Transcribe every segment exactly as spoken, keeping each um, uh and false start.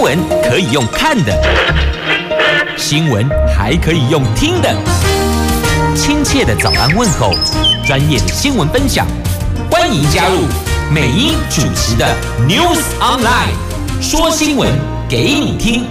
闻可以用看的，新闻还可以用听的。亲切的早安问候，专业的新闻分享，欢迎加入美英主持的 News Online， 说新闻给你听。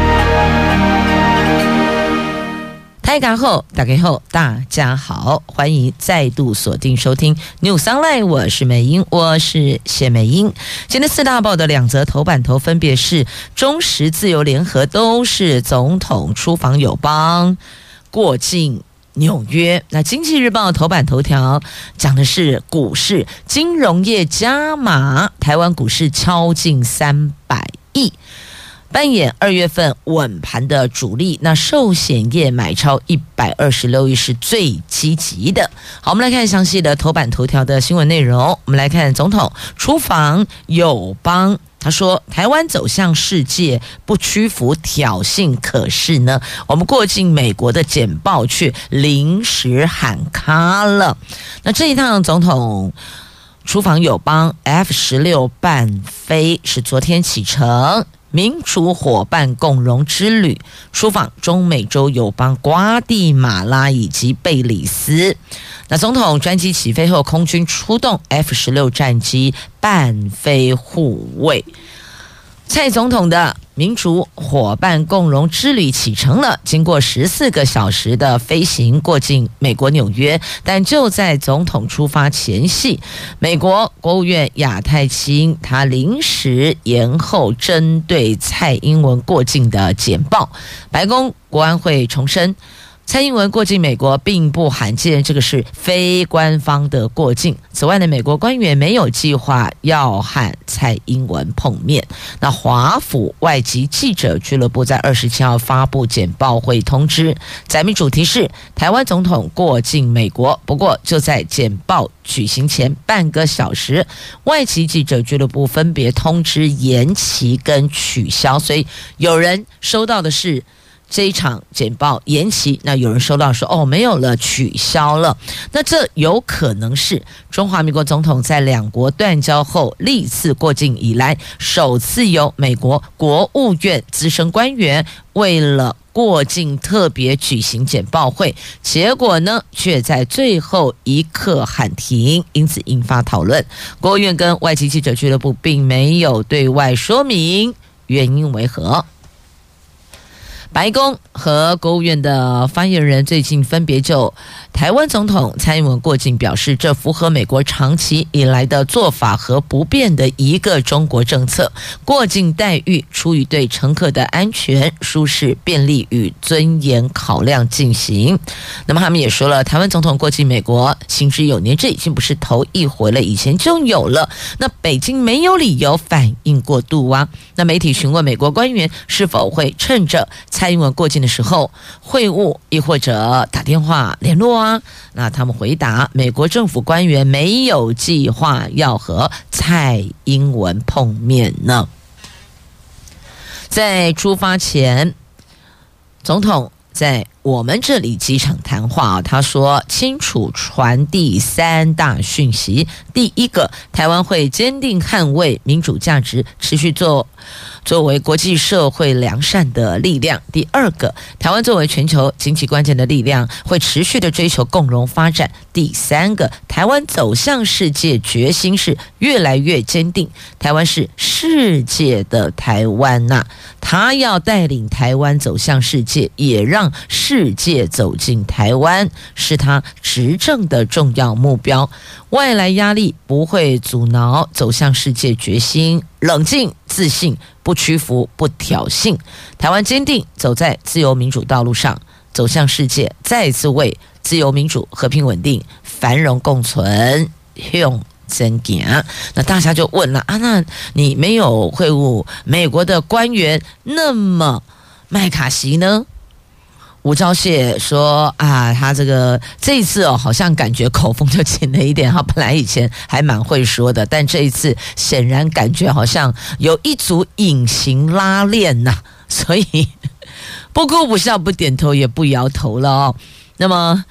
台港后打开后，大家好，欢迎再度锁定收听 News Online， 我是美英，我是谢美英。今天四大报的两则头版头分别是中时、自由联合，都是总统出访友邦过境纽约。那经济日报头版头条讲的是股市，金融业加码，台湾股市敲进三百亿。扮演二月份稳盘的主力，那寿险业买超一百二十六亿是最积极的。好，我们来看详细的头版头条的新闻内容。我们来看总统出访友邦，他说台湾走向世界不屈服挑衅，可是呢我们过境美国的简报却临时喊卡了。那这一趟总统出访友邦 F 十六 伴飞是昨天启程，民主伙伴共荣之旅，出访中美洲友邦瓜地马拉以及贝里斯。那总统专机起飞后，空军出动 F 十六 战机伴飞护卫。蔡总统的民主伙伴共荣之旅启程了，经过十四个小时的飞行过境美国纽约，但就在总统出发前夕，美国国务院亚太厅他临时延后针对蔡英文过境的简报。白宫国安会重申，蔡英文过境美国并不罕见，这个是非官方的过境。此外呢，美国官员没有计划要和蔡英文碰面。那华府外籍记者俱乐部在二十七号发布简报会通知，载明主题是台湾总统过境美国。不过就在简报举行前半个小时，外籍记者俱乐部分别通知延期跟取消，所以有人收到的是这一场简报延期，那有人收到说哦没有了，取消了。那这有可能是中华民国总统在两国断交后历次过境以来，首次由美国国务院资深官员为了过境特别举行简报会，结果呢却在最后一刻喊停，因此引发讨论。国务院跟外籍记者俱乐部并没有对外说明原因为何。白宫和国务院的发言人最近分别就台湾总统蔡英文过境表示，这符合美国长期以来的做法和不变的一个中国政策。过境待遇出于对乘客的安全、舒适、便利与尊严考量进行。那么他们也说了，台湾总统过境美国行之有年，这已经不是头一回了，以前就有了。那北京没有理由反应过度啊。那媒体询问美国官员是否会趁着蔡英文过境的时候会晤，亦或者打电话联络啊？那他们回答，美国政府官员没有计划要和蔡英文碰面呢。在出发前，总统在我们这里机场谈话，他说清楚传递三大讯息。第一个，台湾会坚定捍卫民主价值，持续做作为国际社会良善的力量。第二个，台湾作为全球经济关键的力量，会持续的追求共荣发展。第三个，台湾走向世界决心是越来越坚定，台湾是世界的台湾呐、啊，他要带领台湾走向世界，也让世界走进台湾，是他执政的重要目标。外来压力不会阻挠走向世界决心，冷静自信，不屈服不挑衅。台湾坚定走在自由民主道路上，走向世界，再次为自由民主和平稳定繁荣共存用真行。那大家就问了啊，那你没有会晤美国的官员，那么麦卡锡呢？吴钊燮说啊，他这个这一次哦，好像感觉口风就紧了一点。他本来以前还蛮会说的，但这一次显然感觉好像有一组隐形拉链呐、啊，所以不哭不笑不点头也不摇头了哦。那么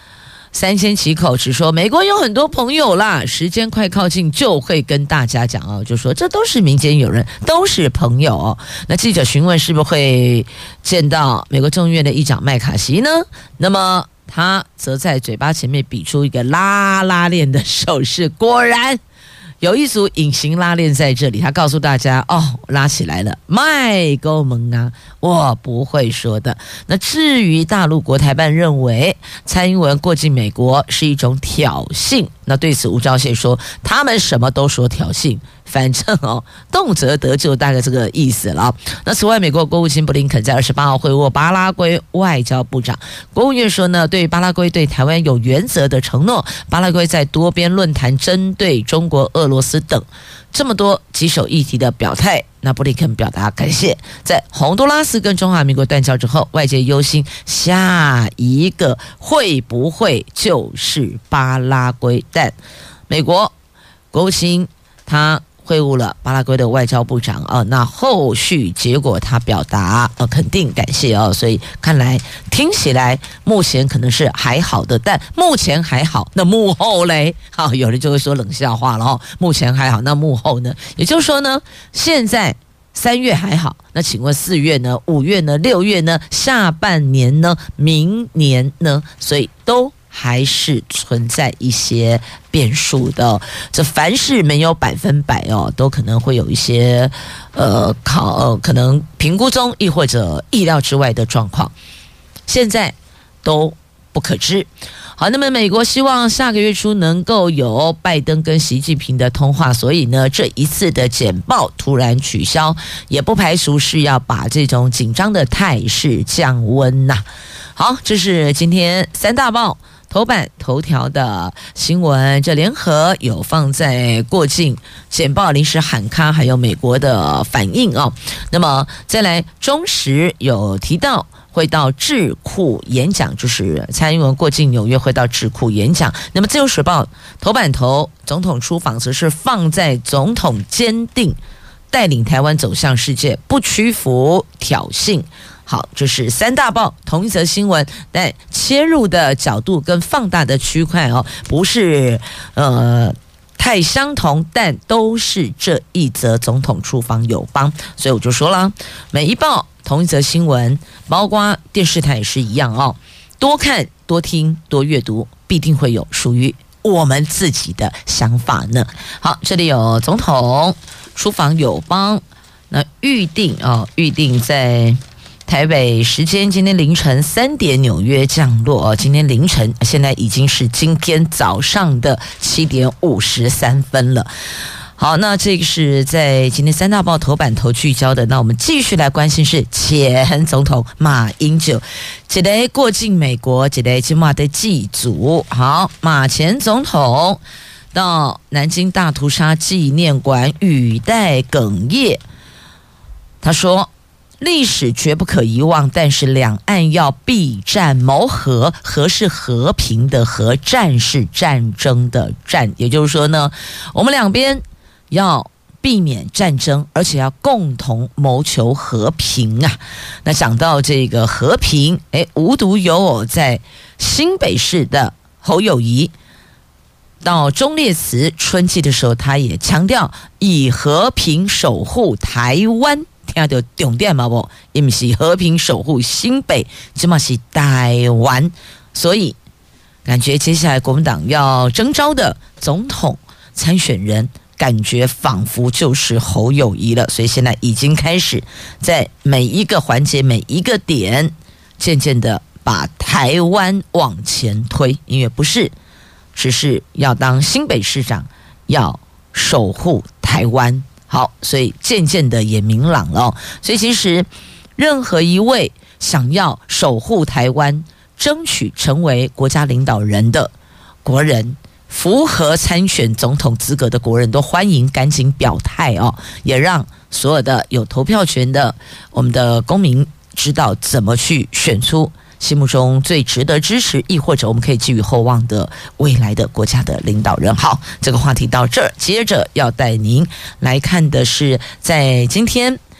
三缄其口，只说美国有很多朋友啦，时间快靠近就会跟大家讲哦，就说这都是民间友人，都是朋友哦。那记者询问是不是会见到美国众议院的议长麦卡锡呢？那么他则在嘴巴前面比出一个拉拉链的手势，果然有一组隐形拉链在这里，他告诉大家哦，拉起来了，麦勾蒙啊，我不会说的。那至于大陆国台办认为蔡英文过境美国是一种挑衅，那对此吴钊燮说，他们什么都说挑衅，反正哦，动辄得咎，大概这个意思了。那此外，美国国务卿布林肯在二十八号会晤巴拉圭外交部长，国务院说呢，对巴拉圭对台湾有原则的承诺，巴拉圭在多边论坛针对中国、俄罗斯等这么多棘手议题的表态，那布林肯表达感谢。在洪都拉斯跟中华民国断交之后，外界忧心下一个会不会就是巴拉圭，但美国国务卿他会晤了巴拉圭的外交部长啊，那后续结果他表达呃肯定感谢哦，所以看来听起来目前可能是还好的，但目前还好，那幕后嘞，好，有人就会说冷笑话了哦，目前还好，那幕后呢？也就是说呢，现在三月还好，那请问四月呢？五月呢？六月呢？下半年呢？明年呢？所以都还是存在一些变数的，这凡事没有百分百哦，都可能会有一些呃考呃可能评估中亦或者意料之外的状况，现在都不可知。好，那么美国希望下个月初能够有拜登跟习近平的通话，所以呢，这一次的简报突然取消，也不排除是要把这种紧张的态势降温呐、啊。好，这是今天三大报头版头条的新闻，这联合有放在过境简报临时喊卡，还有美国的反应哦。那么再来，中时有提到会到智库演讲，就是蔡英文过境纽约会到智库演讲。那么自由时报头版头总统出访则是放在总统坚定带领台湾走向世界，不屈服挑衅。好，这是三大报同一则新闻，但切入的角度跟放大的区块哦，不是呃太相同，但都是这一则总统出访友邦，所以我就说了，每一报同一则新闻，包括电视台也是一样哦，多看多听多阅读，必定会有属于我们自己的想法呢。好，这里有总统出访友邦，那预定哦，预定在台北时间今天凌晨三点纽约降落，今天凌晨现在已经是今天早上的七点五十三分了。好，那这个是在今天三大报头版头聚焦的，那我们继续来关心是前总统马英九，一个过境美国，一个今晚的祭祖。好，马前总统到南京大屠杀纪念馆语带哽咽，他说历史绝不可遗忘，但是两岸要避战谋和，和是和平的和，战是战争的战，也就是说呢，我们两边要避免战争，而且要共同谋求和平啊。那讲到这个和平，诶，无独有偶，在新北市的侯友宜到忠烈祠春祭的时候，他也强调以和平守护台湾，听到重点嘛不？也不是和平守护新北，这嘛是台湾。所以感觉接下来国民党要征召的总统参选人，感觉仿佛就是侯友宜了。所以现在已经开始在每一个环节、每一个点，渐渐的把台湾往前推，因为不是只是要当新北市长，要守护台湾。好，所以渐渐的也明朗了、哦。所以其实任何一位想要守护台湾、争取成为国家领导人的国人，符合参选总统资格的国人都欢迎赶紧表态哦，也让所有的有投票权的我们的公民知道怎么去选出心目中最值得支持，亦或者我们可以寄予厚望的未来的国家的领导人。好，这个话题到这儿，接着要带您来看的是在今天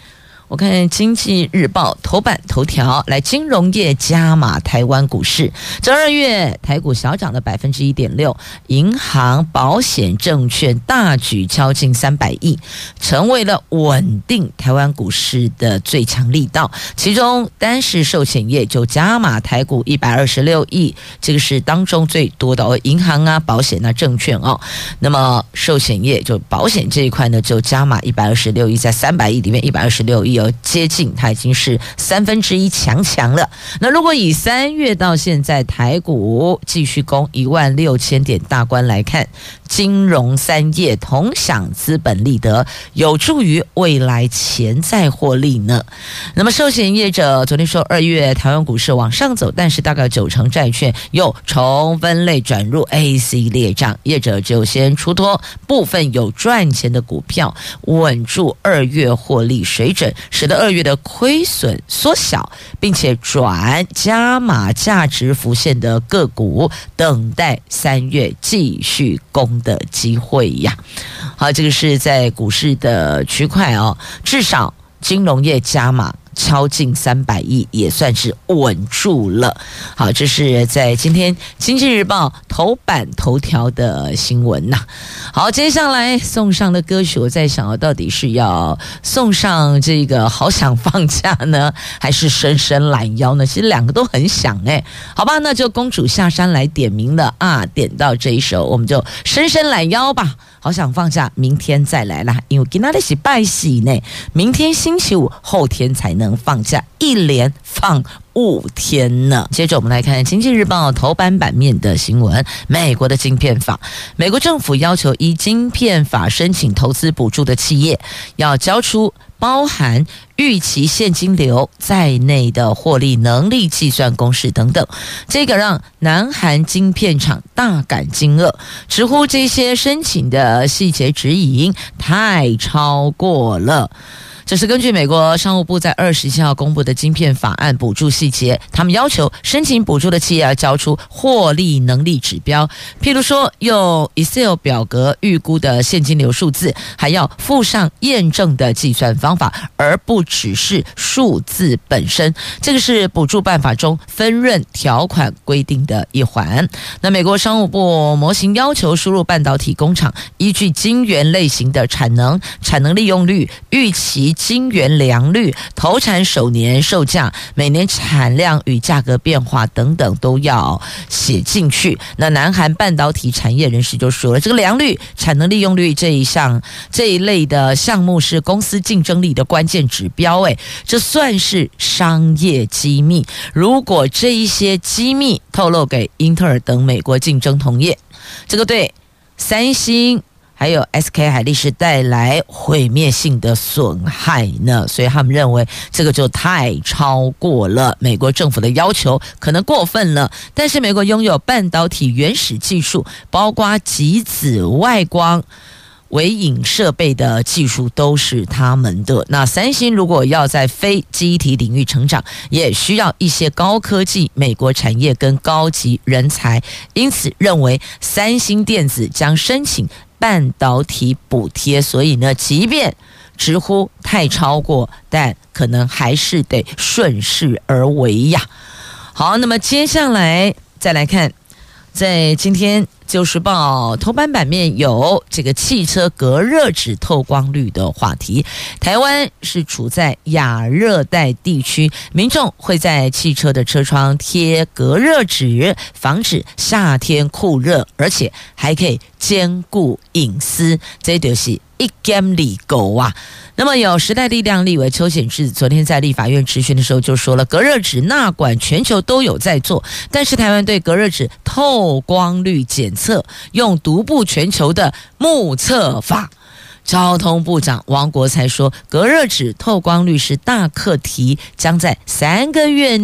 我看《经济日报》头版头条，来金融业加码台湾股市。这二月台股小涨了百分之一点六，银行、保险、证券大举敲进三百亿，成为了稳定台湾股市的最强力道。其中单是寿险业就加码台股一百二十六亿，这个是当中最多的哦。银行啊、保险啊、证券哦，那么寿险业就保险这一块呢，就加码一百二十六亿，在三百亿里面一百二十六亿哦，接近它已经是三分之一强强了。那如果以三月到现在台股继续攻一万六千点大关来看，金融三业同享资本利得，有助于未来潜在获利呢。那么寿险业者昨天说，二月台湾股市往上走，但是大概九成债券又重分类转入 A C 列账，业者就先出脱部分有赚钱的股票，稳住二月获利水准，使得二月的亏损缩小，并且转加码价值浮现的个股，等待三月继续攻的机会呀。好，这个是在股市的区块哦，至少金融业加码敲进三百亿，也算是稳住了。好，这是在今天《经济日报》头版头条的新闻呐、啊。好，接下来送上的歌曲，我在想，到底是要送上这个好想放假呢，还是伸伸懒腰呢？其实两个都很想哎、欸。好吧，那就公主下山来点名了啊，点到这一首，我们就伸伸懒腰吧。好想放假，明天再来啦，因为今天是拜喜呢，明天星期五，后天才能放假，一连放五天呢。接着我们来看《经济日报》头版版面的新闻，美国的晶片法，美国政府要求依晶片法申请投资补助的企业要交出包含预期现金流在内的获利能力计算公式等等，这个让南韩晶片厂大感惊愕，直呼这些申请的细节指引太超过了。这是根据美国商务部在二十七号公布的晶片法案补助细节，他们要求申请补助的企业要交出获利能力指标，譬如说用 Excel 表格预估的现金流数字，还要附上验证的计算方法，而不只是数字本身。这个是补助办法中分润条款规定的一环。那美国商务部模型要求输入半导体工厂依据晶圆类型的产能、产能利用率、预期晶圆良率、投产首年售价、每年产量与价格变化等等都要写进去。那南韩半导体产业人士就说了，这个良率、产能利用率这一项这一类的项目是公司竞争力的关键指标，诶，这算是商业机密。如果这一些机密透露给英特尔等美国竞争同业，这个对三星还有 S K 海力士带来毁灭性的损害呢，所以他们认为这个就太超过了美国政府的要求，可能过分了。但是美国拥有半导体原始技术，包括极紫外光微影设备的技术都是他们的。那三星如果要在非记忆体领域成长，也需要一些高科技美国产业跟高级人才，因此认为三星电子将申请半导体补贴，所以呢，即便直呼太超过，但可能还是得顺势而为呀。好，那么接下来再来看，在今天《自由时报》头版版面有这个汽车隔热纸透光率的话题。台湾是处在亚热带地区，民众会在汽车的车窗贴隔热纸，防止夏天酷热，而且还可以兼顾隐私，这就是一兼二顾啊。那么有时代力量立委邱显智昨天在立法院质询的时候就说了，隔热纸纳管全球都有在做，但是台湾对隔热纸透光率检测用独步全球的目测法。交通部长王国才说，隔热纸透光率是大课题，将在三个月内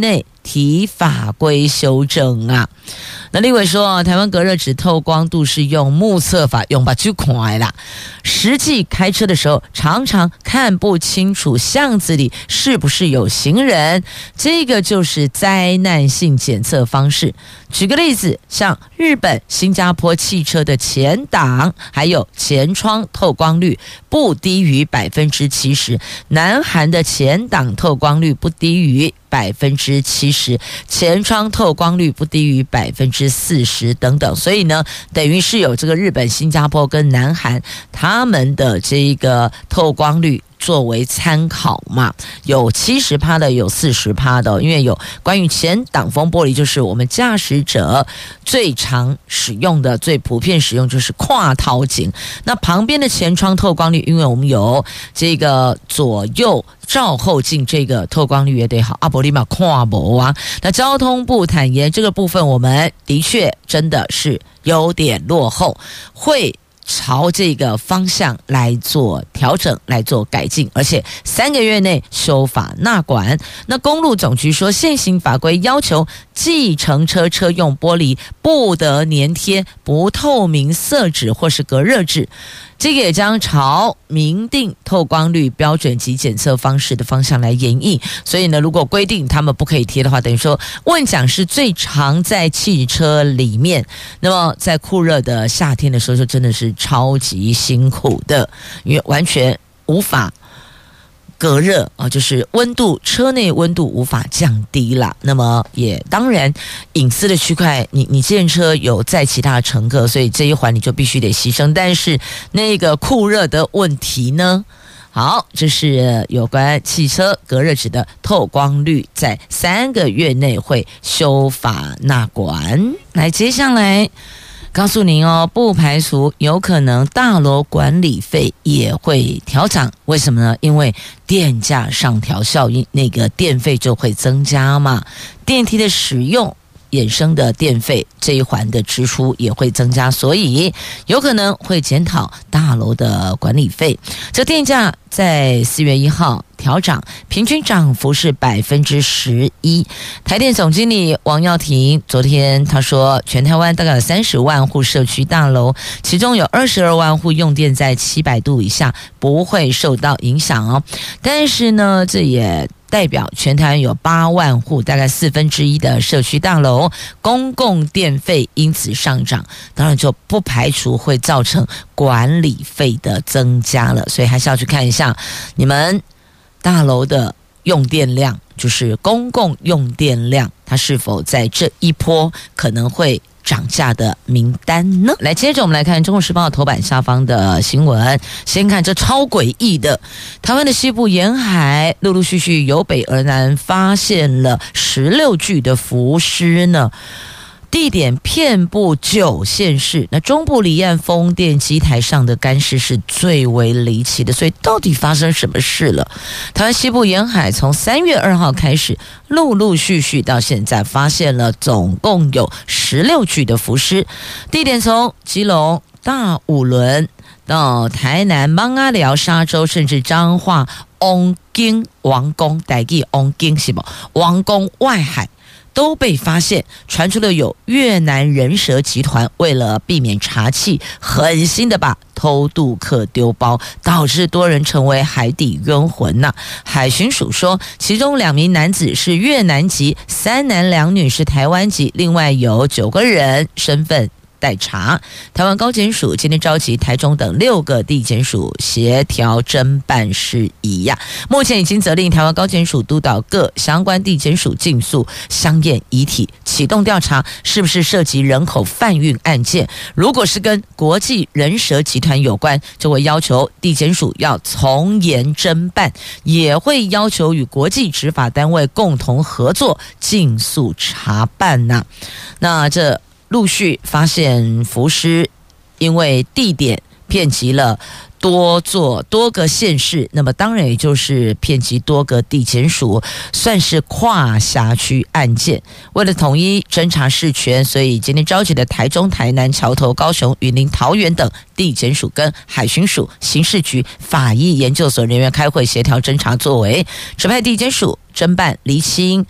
提法规修正啊。那立委说，台湾隔热纸透光度是用目测法，用把就看啦。实际开车的时候，常常看不清楚巷子里是不是有行人，这个就是灾难性检测方式。举个例子，像日本、新加坡汽车的前挡还有前窗透光率不低于百分之七十，南韩的前挡透光率不低于百分之七十，前窗透光率不低于百分之四十等等。所以呢，等于是有这个日本、新加坡跟南韩他们的这个透光率作为参考嘛，有 百分之七十 的，有 百分之四十 的、哦、因为有关于前挡风玻璃，就是我们驾驶者最常使用的、最普遍使用就是跨透镜。那旁边的前窗透光率，因为我们有这个左右照后镜，这个透光率也得好，阿伯利马跨博啊。那交通部坦言，这个部分我们的确真的是有点落后，会朝这个方向来做调整，来做改进，而且三个月内修法纳管。那公路总局说，现行法规要求计程车车用玻璃不得粘贴不透明色纸或是隔热纸，这个也将朝明定透光率标准及检测方式的方向来研议。所以呢，如果规定他们不可以贴的话，等于说问讲是最常在汽车里面，那么在酷热的夏天的时候，就真的是超级辛苦的，因为完全无法隔热啊，就是温度，车内温度无法降低啦。那么也当然隐私的区块，你你计程车有载其他的乘客，所以这一环你就必须得牺牲。但是那个酷热的问题呢？好，这是有关汽车隔热纸的透光率，在三个月内会修法纳管。来，接下来告诉您哦，不排除有可能大楼管理费也会调涨。为什么呢？因为电价上调效应，那个电费就会增加嘛。电梯的使用衍生的电费这一环的支出也会增加，所以有可能会检讨大楼的管理费。这电价在四月一号调涨，平均涨幅是百分之十一。台电总经理王耀庭昨天他说，全台湾大概有三十万户社区大楼，其中有二十二万户用电在七百度以下，不会受到影响哦。但是呢，这也代表全台湾有八万户，大概四分之一的社区大楼公共电费因此上涨，当然就不排除会造成管理费的增加了。所以还是要去看一下你们大楼的用电量，就是公共用电量，它是否在这一波可能会涨价的名单呢？来，接着我们来看《中国时报》头版下方的新闻。先看这超诡异的，台湾的西部沿海陆陆续续由北而南发现了十六具的浮尸呢。地点遍布九县市，那中部离岸风电机台上的干尸是最为离奇的，所以到底发生什么事了？台湾西部沿海从三月二号开始，陆陆续续到现在发现了总共有十六具的浮尸，地点从基隆、大武仑到台南、艋舺寮、沙洲，甚至彰化、王金、王宫、台语王金是吗？王宫外海都被发现，传出了有越南人蛇集团为了避免查缉，狠心的把偷渡客丢包，导致多人成为海底冤魂呐、啊。海巡署说，其中两名男子是越南籍，三男两女是台湾籍，另外有九个人身份待查。台湾高检署今天召集台中等六个地检署协调侦办事宜呀、啊。目前已经责令台湾高检署督导各相关地检署尽速相验遗体，启动调查，是不是涉及人口贩运案件？如果是跟国际人蛇集团有关，就会要求地检署要从严侦办，也会要求与国际执法单位共同合作，尽速查办呐、啊。那这陆续发现浮尸，因为地点遍及了多座多个县市，那么当然也就是遍及多个地检署，算是跨辖区案件。为了统一侦查事权，所以今天召集的台中、台南、桥头、高雄、云林、桃园等地检署跟海巡署、刑事局、法医研究所人员开会协调侦查作为，指派地检署侦办厘清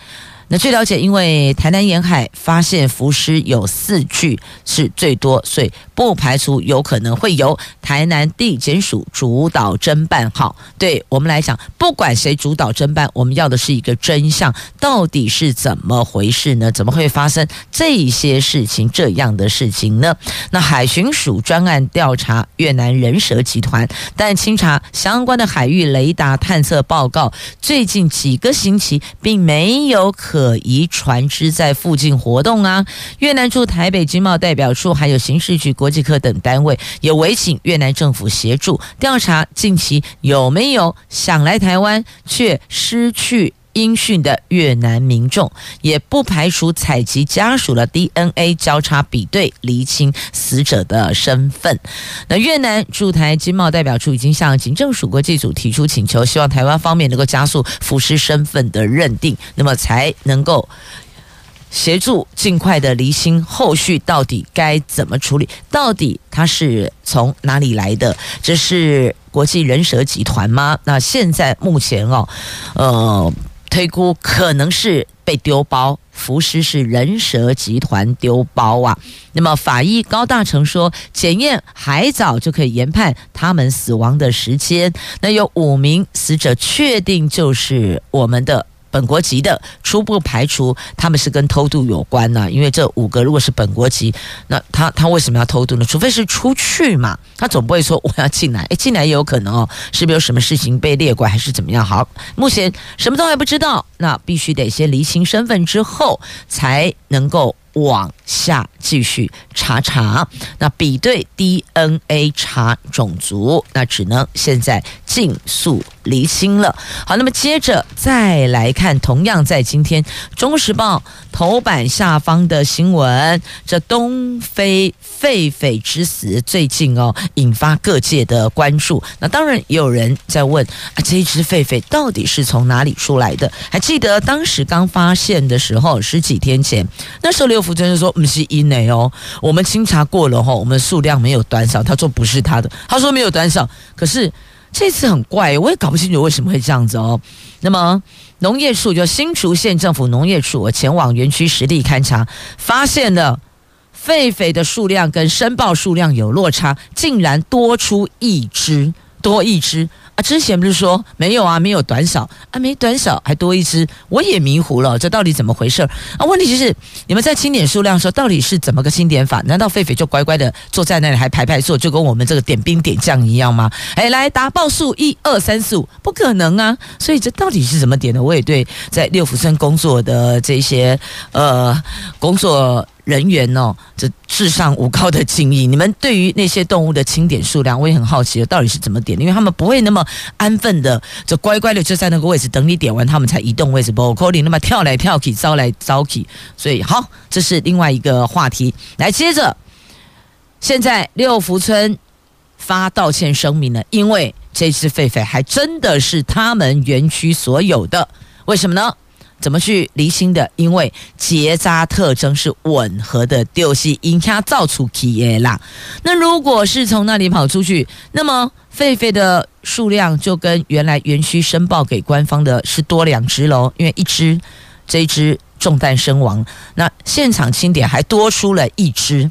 那据了解，因为台南沿海发现浮尸有四具是最多，所以不排除有可能会由台南地检署主导侦办。好，对我们来讲，不管谁主导侦办，我们要的是一个真相，到底是怎么回事呢？怎么会发生这些事情、这样的事情呢？那海巡署专案调查越南人蛇集团，但清查相关的海域雷达探测报告，最近几个星期并没有可可疑船只在附近活动啊！越南驻台北经贸代表处还有刑事局、国际科等单位也委请越南政府协助调查，近期有没有想来台湾却失去音讯的越南民众，也不排除采集家属的 D N A 交叉比对，厘清死者的身份。那越南驻台经贸代表处已经向警政署国际组提出请求，希望台湾方面能够加速浮尸身份的认定，那么才能够协助尽快的厘清后续到底该怎么处理，到底他是从哪里来的？这是国际人蛇集团吗？那现在目前哦，呃。推估可能是被丢包，浮尸是人蛇集团丢包啊。那么法医高大成说，检验还早就可以研判他们死亡的时间。那有五名死者确定就是我们的本国籍的，初步排除他们是跟偷渡有关呢、啊。因为这五个如果是本国籍，那他他为什么要偷渡呢？除非是出去嘛，他总不会说我要进来。诶，进来也有可能哦，是不是有什么事情被列管还是怎么样？好，目前什么都还不知道，那必须得先厘清身份之后，才能够往下继续查查。那比对 D N A 查种族，那只能现在尽速厘清了。好，那么接着再来看，同样在今天《中国时报》头版下方的新闻，这东非狒狒之死最近哦引发各界的关注。那当然也有人在问啊，这一只狒狒到底是从哪里出来的？还记得当时刚发现的时候，十几天前，那时候刘福珍就说不是因内哦，我们清查过了哦，我们数量没有短少。他说不是他的，他说没有短少，可是这次很怪，我也搞不清楚为什么会这样子哦。那么农业处就新竹县政府农业处，我前往园区实地勘察，发现了狒狒的数量跟申报数量有落差，竟然多出一只，多一只啊！之前不是说没有啊，没有短少啊，没短少还多一只，我也迷糊了，这到底怎么回事啊？问题就是你们在清点数量的时候，到底是怎么个清点法？难道狒狒就乖乖的坐在那里还排排坐，就跟我们这个点兵点将一样吗？哎，来答报数一二三四五，不可能啊！所以这到底是怎么点的？我也对在六福村工作的这些呃工作人员哦，这至上无高的敬意。你们对于那些动物的清点数量，我也很好奇，到底是怎么点的？因为他们不会那么安分的，就乖乖的就在那个位置等你点完，他们才移动位置，不可能那么跳来跳去、招来招去。所以好，这是另外一个话题。来，接着，现在六福村发道歉声明了，因为这只狒狒还真的是他们园区所有的，为什么呢？怎么去厘清的？因为结扎特征是吻合的，就是因它造出去的啦。那如果是从那里跑出去，那么狒狒的数量就跟原来园区申报给官方的是多两只喽，因为一只这一只中弹身亡，那现场清点还多出了一只。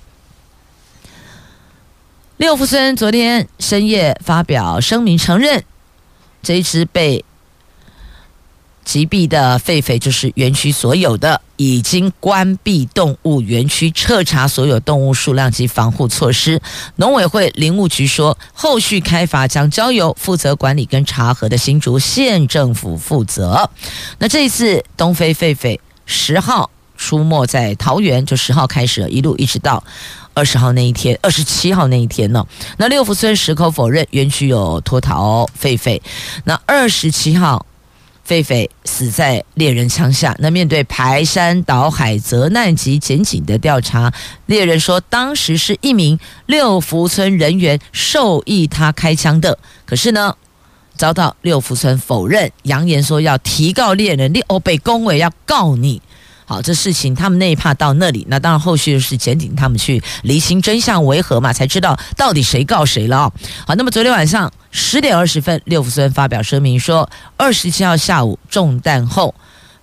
六福村昨天深夜发表声明，承认这一只被击毙的狒狒就是园区所有的，已经关闭动物园区，彻查所有动物数量及防护措施。农委会林务局说，后续开罚将交由负责管理跟查核的新竹县政府负责。那这一次东非狒狒十号出没在桃园，就十号开始一路一直到二十号那一天，二十七号那一天呢。那六福村矢口否认园区有脱逃狒狒。那二十七号。狒狒死在猎人枪下，那面对排山倒海责难及检警的调查，猎人说当时是一名六福村人员授意他开枪的，可是呢遭到六福村否认，扬言说要提告猎人，你欧北公委要告你。好，这事情他们那一趴到那里，那当然后续是检警他们去厘清真相为何嘛，才知道到底谁告谁了哦。好，那么昨天晚上十点二十分，六福村发表声明说，二十七号下午中弹后，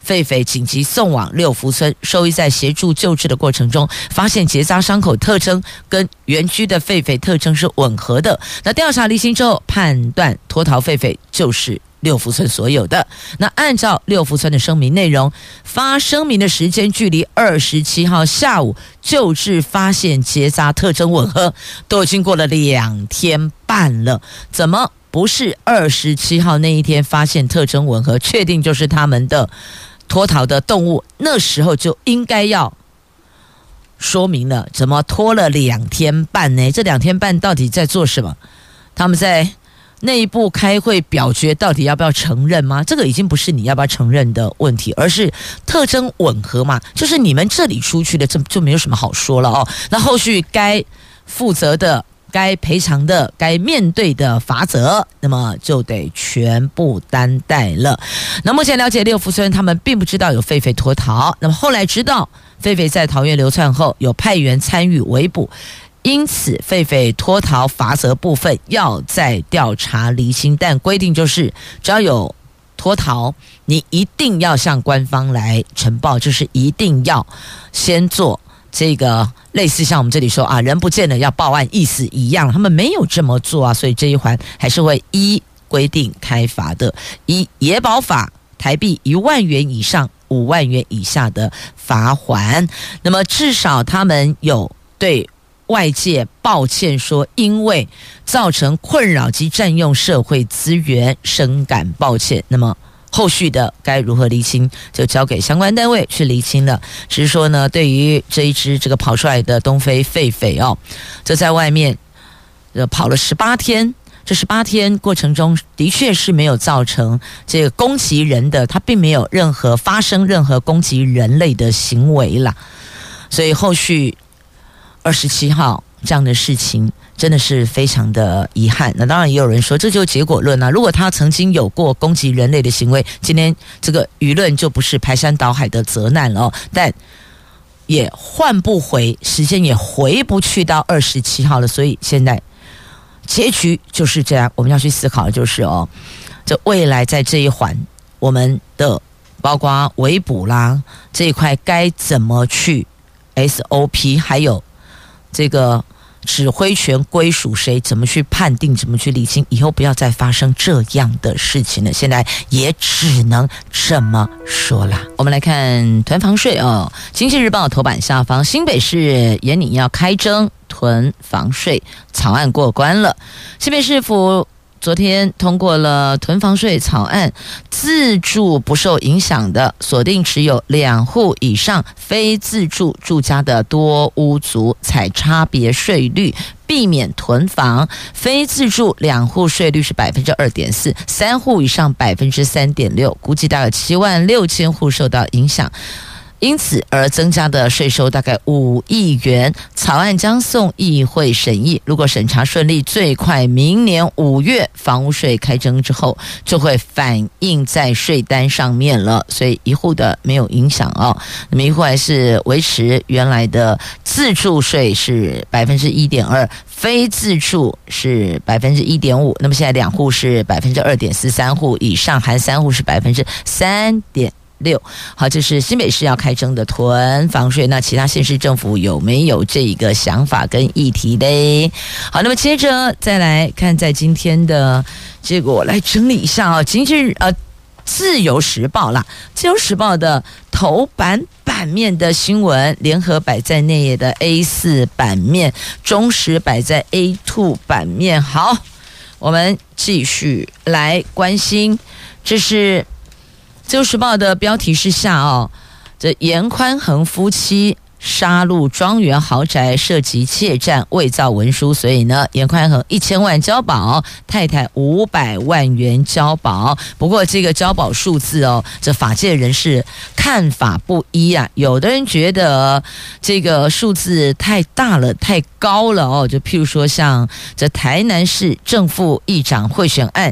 狒狒紧急送往六福村，兽医在协助救治的过程中，发现结扎伤口特征跟原居的狒狒特征是吻合的。那调查厘清之后，判断脱逃狒狒就是六福村所有的。那按照六福村的声明内容，发声明的时间距离二十七号下午救治发现结扎特征吻合，都已经过了两天半了，怎么不是二十七号那一天发现特征吻合，确定就是他们的脱逃的动物，那时候就应该要说明了，怎么拖了两天半呢？这两天半到底在做什么？他们在内部开会表决，到底要不要承认吗？这个已经不是你要不要承认的问题，而是特征吻合嘛，就是你们这里出去的，这就没有什么好说了哦。那后续该负责的、该赔偿的、该面对的罚则，那么就得全部担待了。那目前了解，六福村他们并不知道有狒狒脱逃，那么后来知道狒狒在桃园流窜后，有派员参与围捕。因此，狒狒脱逃罚则部分要再调查厘清，但规定就是只要有脱逃，你一定要向官方来呈报，就是一定要先做这个类似像我们这里说啊，人不见了要报案意思一样，他们没有这么做啊，所以这一环还是会依规定开罚的，依野保法台币一万元以上五万元以下的罚锾。那么至少他们有对外界抱歉说，因为造成困扰及占用社会资源，深感抱歉。那么后续的该如何厘清，就交给相关单位去厘清了。只是说呢，对于这一只这个跑出来的东非狒狒哦，这在外面呃跑了十八天。这十八天过程中的确是没有造成这个攻击人的，它并没有任何发生任何攻击人类的行为啦。所以后续二十七号这样的事情真的是非常的遗憾。那当然也有人说，这就是结果论啊，如果他曾经有过攻击人类的行为，今天这个舆论就不是排山倒海的责难了哦。但也换不回，时间也回不去到二十七号了，所以现在结局就是这样。我们要去思考的就是哦，这未来在这一环，我们的包括围捕啦这一块该怎么去 S O P， 还有这个指挥权归属谁，怎么去判定，怎么去理清，以后不要再发生这样的事情了。现在也只能这么说啦。我们来看囤房税哦，经济日报头版下方，新北市研拟要开征囤房税草案过关了。新北市府昨天通过了囤房税草案，自住不受影响的，锁定持有两户以上非自住住家的多屋族采差别税率，避免囤房。非自住两户税率是百分之二点四，三户以上百分之三点六，估计大概七万六千户受到影响。因此而增加的税收大概五亿元，草案将送议会审议，如果审查顺利，最快明年五月房屋税开征之后就会反映在税单上面了，所以一户的没有影响哦。那么一户还是维持原来的自住税是百分之一点二，非自住是百分之一点五，那么现在两户是百分之二点四，三户以上含三户是百分之三点六。好，这是新北市要开征的囤房税，那其他县市政府有没有这个想法跟议题嘞？好，那么接着再来看，在今天的这个我来整理一下啊，今日呃自由时报啦，自由时报的头版版面的新闻，联合摆在内页的 A 四 版面，中时摆在 A 二 版面。好，我们继续来关心，这是自由时报的标题是下哦，这严宽恒夫妻杀戮庄园豪宅涉及窃占伪造文书，所以呢，严宽恒一千万交保，太太五百万元交保。不过这个交保数字哦，这法界人士看法不一啊。有的人觉得这个数字太大了，太高了哦。就譬如说像这台南市正副议长贿选案，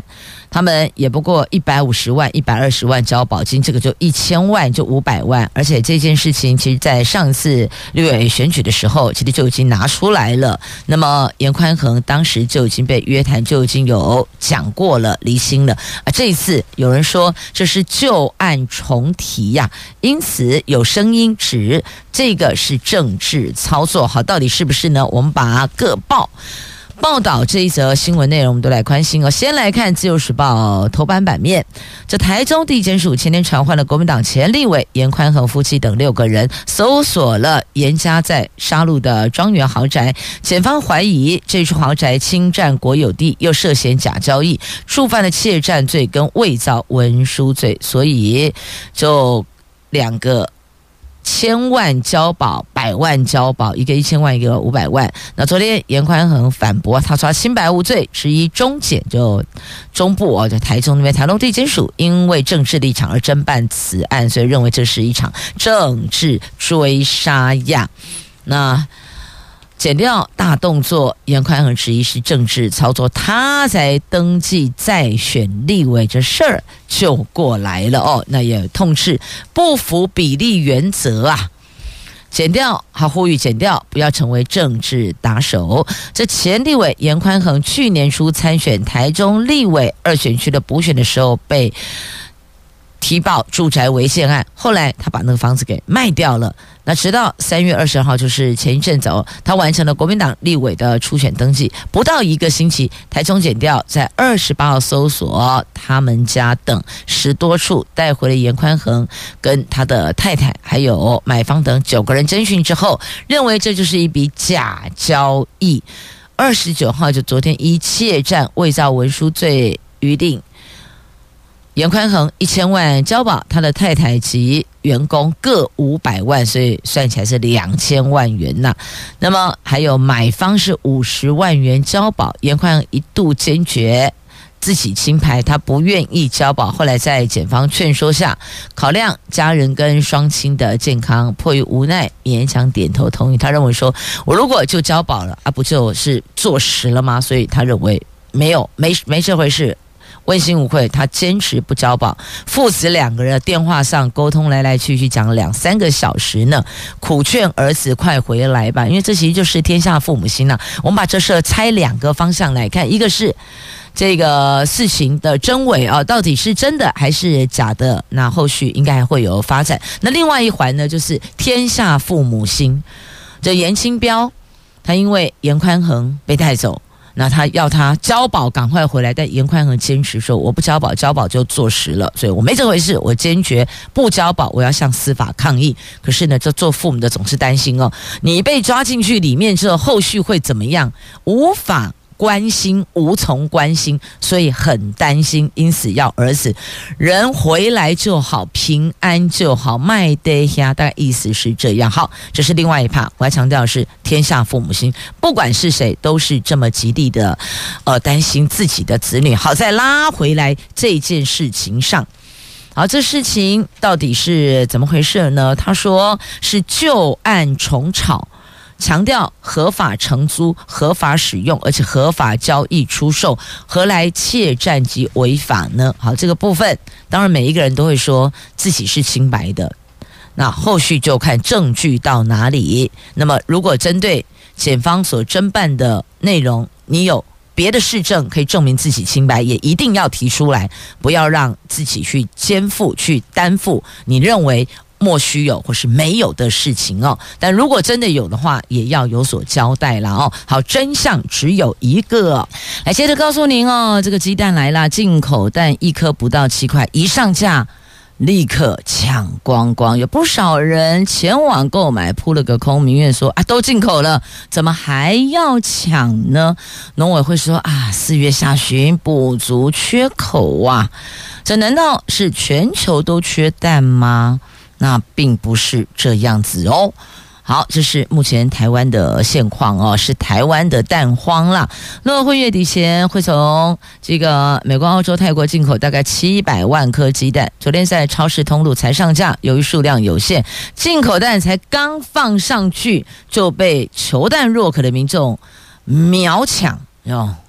他们也不过一百五十万、一百二十万交保金，这个就一千万，就五百万。而且这件事情，其实在上次立委选举的时候，其实就已经拿出来了。那么严宽恒当时就已经被约谈，就已经有讲过了，离心了。啊，这一次有人说这是旧案重提呀、啊，因此有声音指这个是政治操作。好，到底是不是呢？我们把各报。报道这一则新闻内容，我们都来关心哦。先来看《自由时报》头版版面，这台中地检署前天传唤了国民党前立委严宽恒夫妻等六个人，搜索了严家在沙鹿的庄园豪宅。检方怀疑这处豪宅侵占国有地，又涉嫌假交易，触犯了窃占罪跟伪造文书罪，所以就两个。千万交保，百万交保，一个一千万，一个五百万。那昨天严宽恒反驳，他说清白无罪，质疑中检就中部哦，在台中那边台中地检署因为政治立场而侦办此案，所以认为这是一场政治追杀呀。那检调大动作，严宽恒质疑是政治操作，他才登记再选立委，这事儿就过来了哦。那也痛斥不符比例原则啊。检调还呼吁检调不要成为政治打手。这前立委严宽恒去年初参选台中立委二选区的补选的时候被提报住宅违建案，后来他把那个房子给卖掉了。那直到三月二十号，就是前一阵子哦，他完成了国民党立委的初选登记，不到一个星期，台中检调在二十八号搜索他们家等十多处，带回了严宽恒跟他的太太还有买方等九个人侦讯之后，认为这就是一笔假交易。二十九号就昨天依窃占伪造文书罪余定严宽恒一千万交保，他的太太及员工各五百万，所以算起来是两千万元呐、啊。那么还有买方是五十万元交保，严宽恒一度坚决自己清牌，他不愿意交保，后来在检方劝说下，考量家人跟双亲的健康，迫于无奈勉强点头同意。他认为说，我如果就交保了啊，不就是坐实了吗？所以他认为没有没没这回事。问心无愧，他坚持不交保，父子两个人电话上沟通来来去去讲了两三个小时呢，苦劝儿子快回来吧，因为这其实就是天下父母心啊。我们把这事拆两个方向来看，一个是这个事情的真伪啊，到底是真的还是假的？那后续应该还会有发展。那另外一环呢，就是天下父母心。这严清标，他因为严宽恒被带走。那他要他交保赶快回来，但严宽恒坚持说我不交保，交保就坐实了，所以我没这回事，我坚决不交保，我要向司法抗议。可是呢，这做父母的总是担心哦，你被抓进去里面之后，后续会怎么样？无法关心，无从关心，所以很担心，因此要儿子人回来就好，平安就好，卖得呀，大概意思是这样。好，这是另外一趴，我要强调的是天下父母心，不管是谁都是这么极力的呃担心自己的子女。好，再拉回来这件事情上。好，这事情到底是怎么回事呢？他说是旧案重炒，强调合法承租、合法使用，而且合法交易出售，何来窃占及违法呢？好，这个部分当然每一个人都会说自己是清白的，那后续就看证据到哪里。那么如果针对检方所侦办的内容，你有别的事证可以证明自己清白，也一定要提出来，不要让自己去肩负、去担负你认为莫须有或是没有的事情哦，但如果真的有的话，也要有所交代啦哦。好，真相只有一个、哦。来，接着告诉您哦，这个鸡蛋来啦，进口蛋一颗不到七块，一上架立刻抢光光，有不少人前往购买，扑了个空。民怨说啊，都进口了，怎么还要抢呢？农委会说啊，四月下旬补足缺口啊，这难道是全球都缺蛋吗？那并不是这样子哦。好，这是目前台湾的现况哦，是台湾的蛋荒啦。农委会月底前会从这个美国、澳洲、泰国进口大概七百万颗鸡蛋，昨天在超市通路才上架，由于数量有限，进口蛋才刚放上去就被求蛋若渴的民众秒抢哦。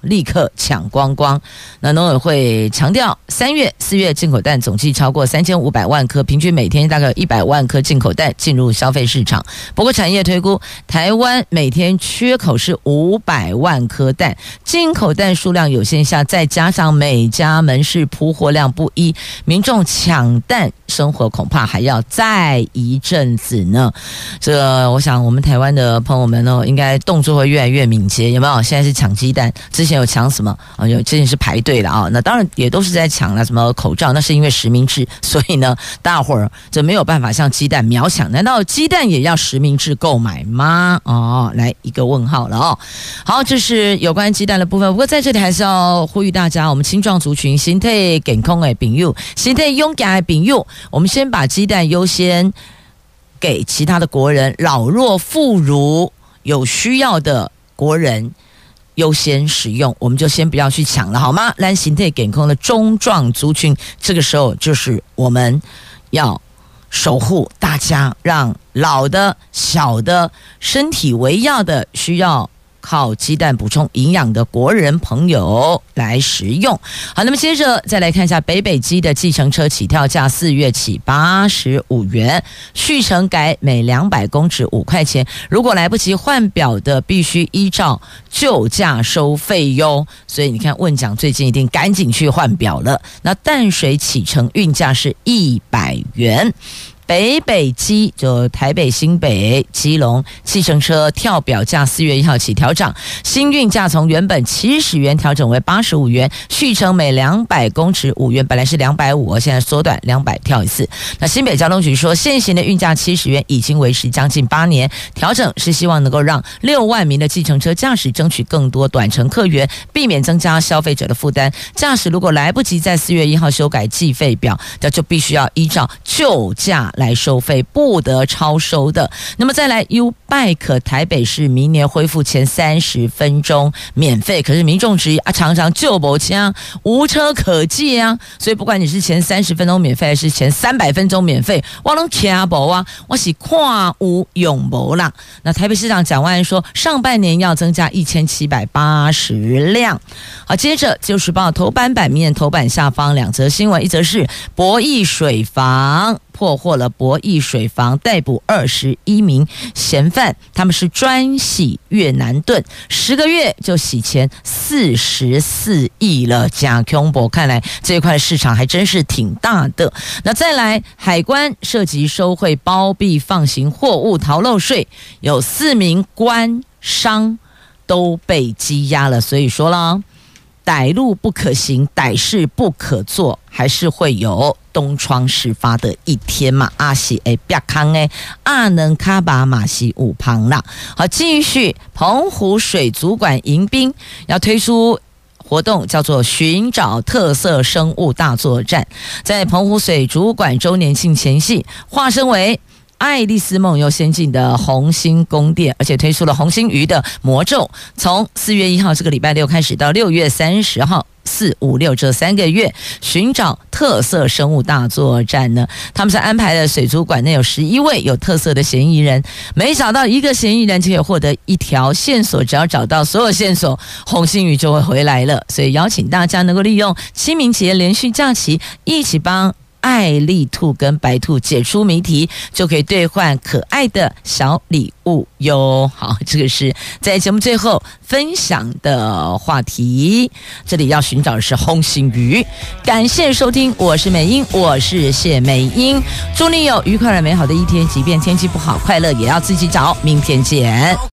立刻抢光光。那农委会强调，三月、四月进口蛋总计超过三千五百万颗，平均每天大概有一百万颗进口蛋进入消费市场。不过产业推估，台湾每天缺口是五百万颗蛋，进口蛋数量有限下，再加上每家门市铺货量不一，民众抢蛋生活恐怕还要再一阵子呢。这我想我们台湾的朋友们呢，应该动作会越来越敏捷，有没有？现在是抢鸡蛋，之前有抢什么啊？有之前是排队了啊，那当然也都是在抢了什么口罩，那是因为实名制，所以呢，大伙儿这没有办法像鸡蛋秒抢。难道鸡蛋也要实名制购买吗？哦，来一个问号了哦。好，这是有关鸡蛋的部分。不过在这里还是要呼吁大家，我们青壮族群身体健康的朋友，身体勇敢的朋友，我们先把鸡蛋优先给其他的国人，老弱妇孺有需要的国人优先使用，我们就先不要去抢了，好吗？咱身体健康的中壮族群，这个时候就是我们要守护大家，让老的、小的、身体为要的、需要靠鸡蛋补充营养的国人朋友来食用。好，那么接着再来看一下北北基的计程车起跳价，四月起八十五元，续程改每两百公尺五块钱。如果来不及换表的，必须依照旧价收费哟。所以你看，问奖最近一定赶紧去换表了。那淡水启程运价是一百元。北北基就台北新北基隆计程车跳表价四月一号起调涨，新运价从原本七十元调整为八十五元，续程每两百公尺五元，本来是两百五，现在缩短两百跳一次。那新北交通局说，现行的运价七十元已经维持将近八年，调整是希望能够让六万名的计程车驾驶争取更多短程客源，避免增加消费者的负担。驾驶如果来不及在四月一号修改计费表，那就必须要依照旧价来收费，不得超收的。那么再来 U-Bike 台北市明年恢复前三十分钟免费，可是民众质疑啊，常常就没车，无车可借啊，所以不管你是前三十分钟免费还是前三百分钟免费，我都听不啊，我是看有用无啦。那台北市长蒋万安说，上半年要增加一千七百八十辆。好，接着就时报头版版面头版下方两则新闻，一则是博弈水房破获了博弈水房，逮捕二十一名嫌犯，他们是专洗越南盾，十个月就洗钱四十四亿了，假恐怖，看来这一块市场还真是挺大的。那再来，海关涉及收贿、包庇、放行货物、逃漏税，有四名官商都被羁押了，所以说了，歹路不可行，歹事不可做，还是会有东窗事发的一天嘛。阿西诶，别康诶，阿能卡巴马西五旁啦。好，继续，澎湖水族馆迎宾要推出活动，叫做寻找特色生物大作战。在澎湖水族馆周年庆前夕，化身为爱丽丝梦游仙境的红星宫殿，而且推出了红星鱼的魔咒，从四月一号这个礼拜六开始到六月三十号。四五六这三个月，寻找特色生物大作战呢，他们是安排了水族馆内有十一位有特色的嫌疑人，每找到一个嫌疑人就可以获得一条线索，只要找到所有线索，红星鱼就会回来了。所以邀请大家能够利用清明节连续假期，一起帮爱丽兔跟白兔解出谜题，就可以兑换可爱的小礼物哟。好，这个是在节目最后分享的话题，这里要寻找的是红星鱼。感谢收听，我是美英，我是谢美英，祝你有愉快而美好的一天，即便天气不好，快乐也要自己找，明天见。